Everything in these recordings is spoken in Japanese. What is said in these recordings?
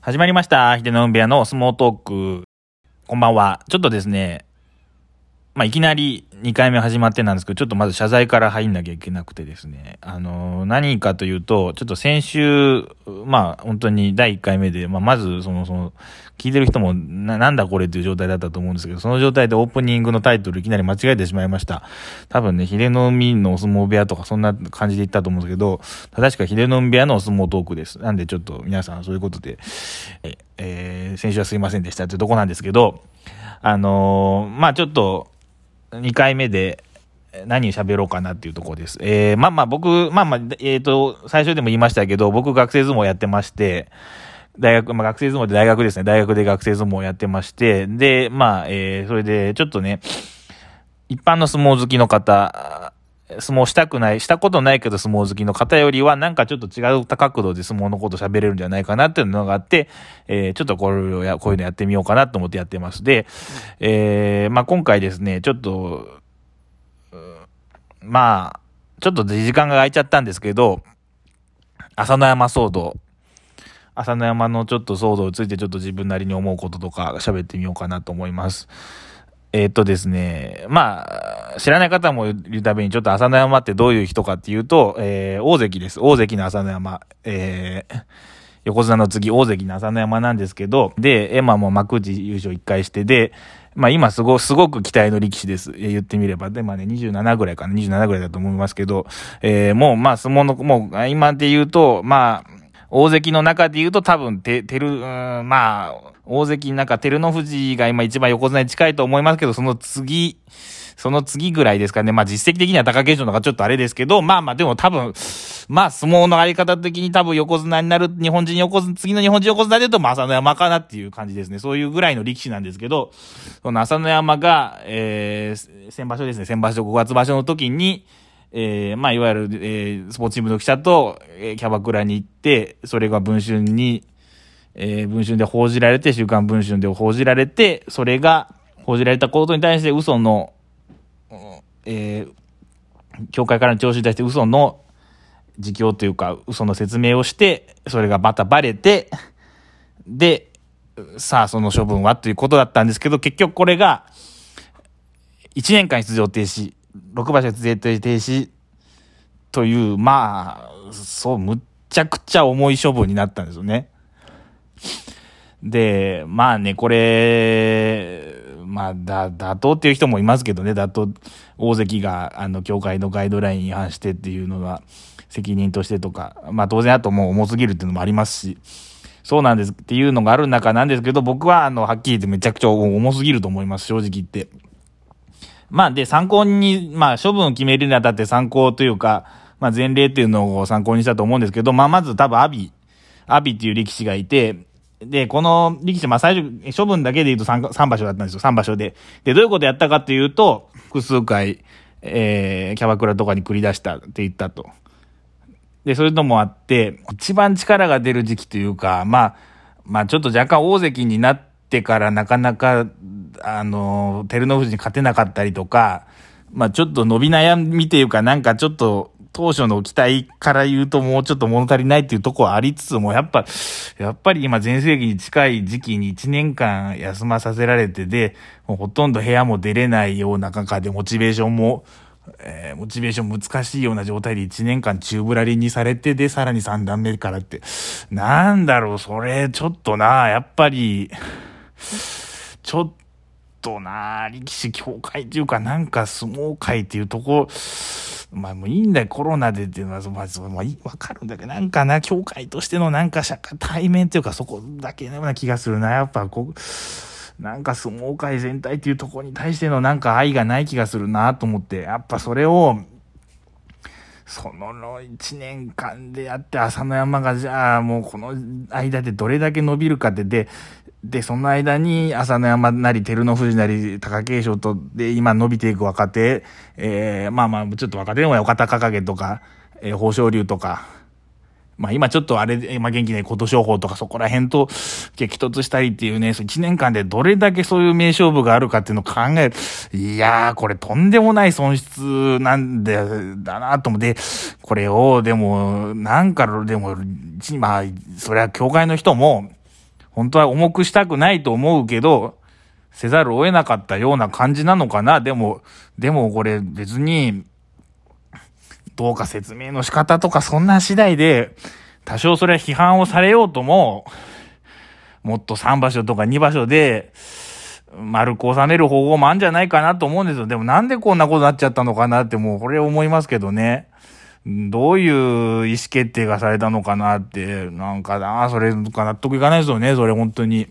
始まりました。秀ノ部屋の相撲トーク。こんばんは。ちょっとですね、いきなり2回目始まってなんですけど、ちょっとまず謝罪から入んなきゃいけなくてですね、何かというと、ちょっと先週、本当に第1回目で、まず聞いてる人もなんだこれっていう状態だったと思うんですけど、その状態でオープニングのタイトルいきなり間違えてしまいました。多分ね、秀ノ海のお相撲部屋とかそんな感じで言ったと思うんですけど、正しくは秀ノ海部屋のお相撲トークです。なんでちょっと皆さんそういうことで、先週はすいませんでしたっていうとこなんですけど、ちょっと、2回目で何を喋ろうかなっていうところです。僕、最初でも言いましたけど、僕学生相撲やってまして、学生相撲で大学ですね。大学で学生相撲やってまして、で、それでちょっとね、一般の相撲好きの方、相撲したことないけど相撲好きの方よりはなんかちょっと違う角度で相撲のこと喋れるんじゃないかなっていうのがあって、ちょっとこういうのやってみようかなと思ってやってます。で、今回ですね、ちょっと時間が空いちゃったんですけど、朝乃山のちょっと騒動についてちょっと自分なりに思うこととか喋ってみようかなと思います。ですね、知らない方もいるためにちょっと朝乃山ってどういう人かっていうと、大関です。大関の朝乃山。横綱の次、大関の朝乃山なんですけど、で、もう幕内優勝1回してで、今すごく期待の力士です。言ってみれば。で、27ぐらいだと思いますけど、もう相撲の、もう今で言うと、大関の中で言うと多分、大関の中、照ノ富士が今一番横綱に近いと思いますけど、その次ぐらいですかね。実績的には貴景勝の方がちょっとあれですけど、でも多分、相撲のあり方的に多分横綱になる、次の日本人横綱で言うと、朝乃山かなっていう感じですね。そういうぐらいの力士なんですけど、その朝乃山が、先場所5月場所の時に、いわゆる、スポーツチームの記者と、キャバクラに行って、それが文春で報じられて、週刊文春で報じられて、それが報じられたことに対して嘘の、協会からの聴取に対して嘘の自供というか嘘の説明をして、それがまたバレて、で、さあその処分はということだったんですけど、結局これが1年間出場停止、6場所出場停止という、むっちゃくちゃ重い処分になったんですよね。で、これ、妥当っていう人もいますけどね、大関が、協会のガイドラインに違反してっていうのは、責任としてとか、当然あともう重すぎるっていうのもありますし、そうなんですっていうのがある中なんですけど、僕は、はっきり言ってめちゃくちゃ重すぎると思います、正直言って。で、参考に、処分を決めるにあたって参考というか、前例っていうのを参考にしたと思うんですけど、まず多分阿炎っていう力士がいて、で、この力士、最初、処分だけで言うと 3場所だったんですよ、3場所で。で、どういうことやったかっていうと、複数回、キャバクラとかに繰り出したって言ったと。で、それともあって、一番力が出る時期というか、ちょっと若干大関になってからなかなか、照ノ富士に勝てなかったりとか、ちょっと伸び悩みというか、なんかちょっと、当初の期待から言うともうちょっと物足りないっていうところはありつつも、やっぱり今全盛期に近い時期に1年間休まさせられてで、もうほとんど部屋も出れないような中でモチベーション難しいような状態で1年間宙ぶらりんにされてで、さらに3段目からって、それちょっとな、やっぱり、ちょっとな、力士協会っていうかなんか相撲界っていうところ、もういいんだよ、コロナでっていうのは、わかるんだけど、なんかな、協会としてのなんか対面っていうか、そこだけのような気がするな。やっぱなんか相撲界全体っていうところに対してのなんか愛がない気がするなと思って、やっぱそれを、その1年間でやって朝乃山がじゃあもうこの間でどれだけ伸びるかってで、その間に朝乃山なり照ノ富士なり貴景勝とで今伸びていく若手、ちょっと若手でも岡田貴景とか、豊昇龍とか、今ちょっと元気ない琴勝峰とかそこら辺と激突したりっていうね、1年間でどれだけそういう名勝負があるかっていうのを考える。いやー、これとんでもない損失なんだなと思って、これを、それは協会の人も、 本当は重くしたくないと思うけど、せざるを得なかったような感じなのかな。でもこれ別に、どうか説明の仕方とかそんな次第で、多少それは批判をされようとも、もっと3場所とか2場所で、丸く収める方法もあるんじゃないかなと思うんですよ。でもなんでこんなことになっちゃったのかなってもうこれ思いますけどね。どういう意思決定がされたのかなって、なんかな、それか納得いかないですよね、それ本当に。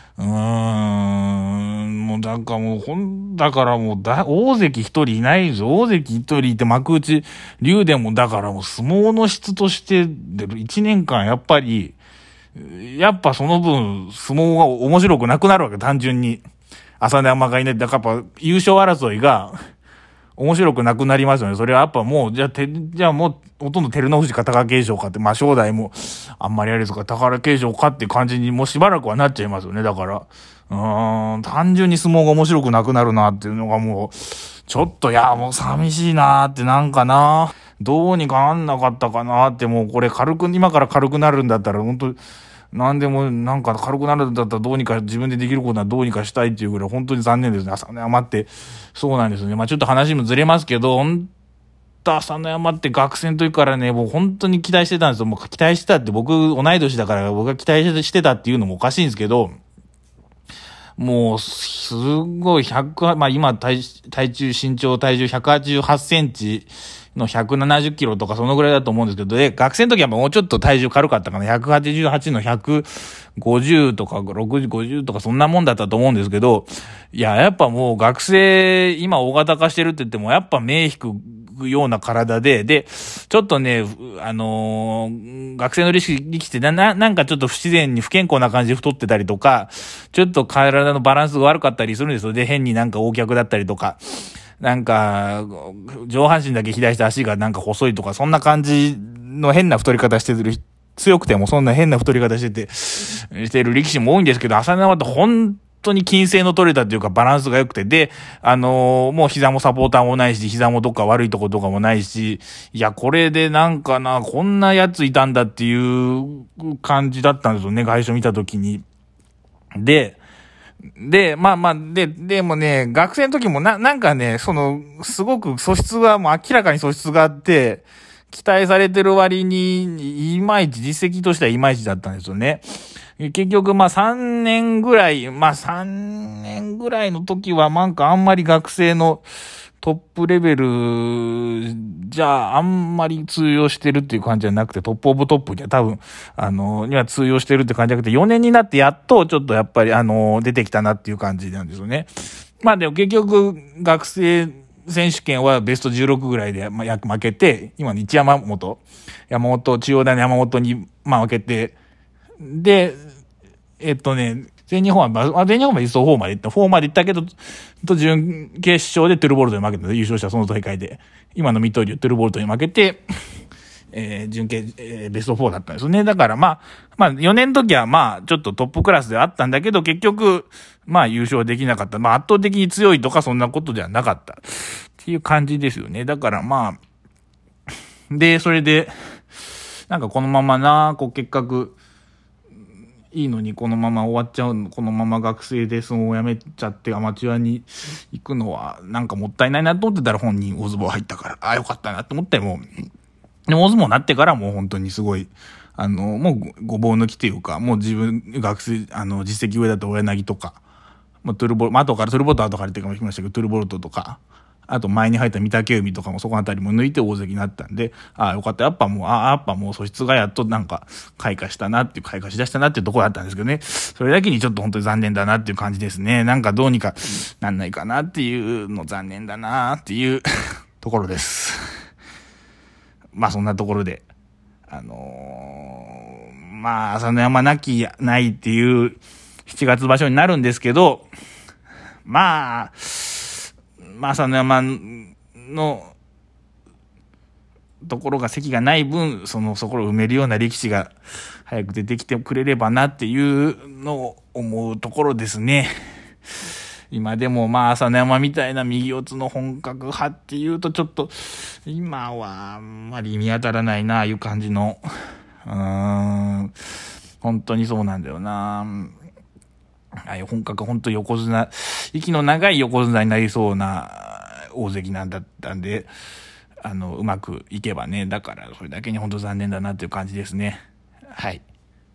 もうだからもう大関一人いないぞ。大関一人いて幕内、竜電もだからもう相撲の質として1年間やっぱその分相撲が面白くなくなるわけ、単純に。朝乃山がいない。だからやっぱ優勝争いが面白くなくなりますよね。それはやっぱもう、じゃあもう、ほとんど照ノ富士か貴景勝かって、まあ正代もあんまりあれですか、貴景勝かって感じにもうしばらくはなっちゃいますよね。だから、単純に相撲が面白くなくなるなっていうのがもう、ちょっともう寂しいなーってなんかな、どうにかなんなかったかなーって、もうこれ今から軽くなるんだったら本当なんでもなんか軽くなるんだったらどうにか自分でできることはどうにかしたいっていうぐらい本当に残念ですね。朝乃山ってそうなんですね。まあちょっと話もずれますけど、本当朝乃山って学生の時からね、もう本当に期待してたんですよ。もう期待してたって僕同い年だから僕が期待してたっていうのもおかしいんですけど、もうすごいまあ今身長体重188センチの170キロとかそのぐらいだと思うんですけど、学生の時はもうちょっと体重軽かったかな。188の150とか60、50とかそんなもんだったと思うんですけど、やっぱもう学生、今大型化してるって言っても、やっぱ目引くような体で、ちょっとね、学生の力士ってなんかちょっと不自然に不健康な感じで太ってたりとか、ちょっと体のバランスが悪かったりするんですよ。で、変になんか横脚だったりとか。なんか、上半身だけ左して足がなんか細いとか、そんな感じの変な太り方してる、強くてもそんな変な太り方してる力士も多いんですけど、朝乃山って本当に筋性の取れたっていうかバランスが良くて、で、もう膝もサポーターもないし、膝もどっか悪いとことかもないし、これでなんかな、こんなやついたんだっていう感じだったんですよね、最初見た時に。でもね、学生の時もなんかね、すごく素質が、もう明らかに素質があって、期待されてる割に、いまいち、実績としてはいまいちだったんですよね。結局、3年ぐらいの時は、なんかあんまり学生のトップレベルじゃあんまり通用してるっていう感じじゃなくて、トップオブトップには多分、には通用してるって感じじゃなくて、4年になってやっとちょっとやっぱり出てきたなっていう感じなんですよね。まあでも結局、学生選手権はベスト16ぐらいで、負けて、今の山本、中央大の山本に、負けて、で、全日本はベスト4まで行ったけど、準決勝でトゥルボルトに負けた、優勝したその大会で、今のミッドリュトゥルボルトに負けて、ベスト4だったんですよね。だから4年の時はちょっとトップクラスではあったんだけど、結局、優勝できなかった。圧倒的に強いとかそんなことではなかった。っていう感じですよね。だからそれで、なんかこのまま結核、いいのにこのまま終わっちゃうの、このまま学生で相撲をやめちゃってアマチュアに行くのはなんかもったいないなと思ってたら本人大相撲入ったから、よかったなと思っても、でも大相撲になってからもう本当にすごい、もうごぼう抜きというか、もう自分学生、実績上だと親柳とか、トゥルボルト、後からトゥルボルト後からってきましたけど、トゥルボルトとか、あと前に入った御嶽海とかもそこあたりも抜いて大関になったんで、よかった。やっぱもう素質がやっとなんか開花しだしたなっていうところだったんですけどね。それだけにちょっと本当に残念だなっていう感じですね。なんかどうにかなんないかなっていうの残念だなっていうところです。そんなところで、朝乃山ないっていう7月場所になるんですけど、朝乃山のところが席がない分、そこを埋めるような力士が早く出てきてくれればなっていうのを思うところですね。今でも朝乃山みたいな右四つの本格派っていうとちょっと今はあんまり見当たらないなあいう感じの本当にそうなんだよな。本格、本当横綱、息の長い横綱になりそうな大関なんだったんで、うまくいけばね、だからそれだけに本当残念だなっていう感じですね。はい。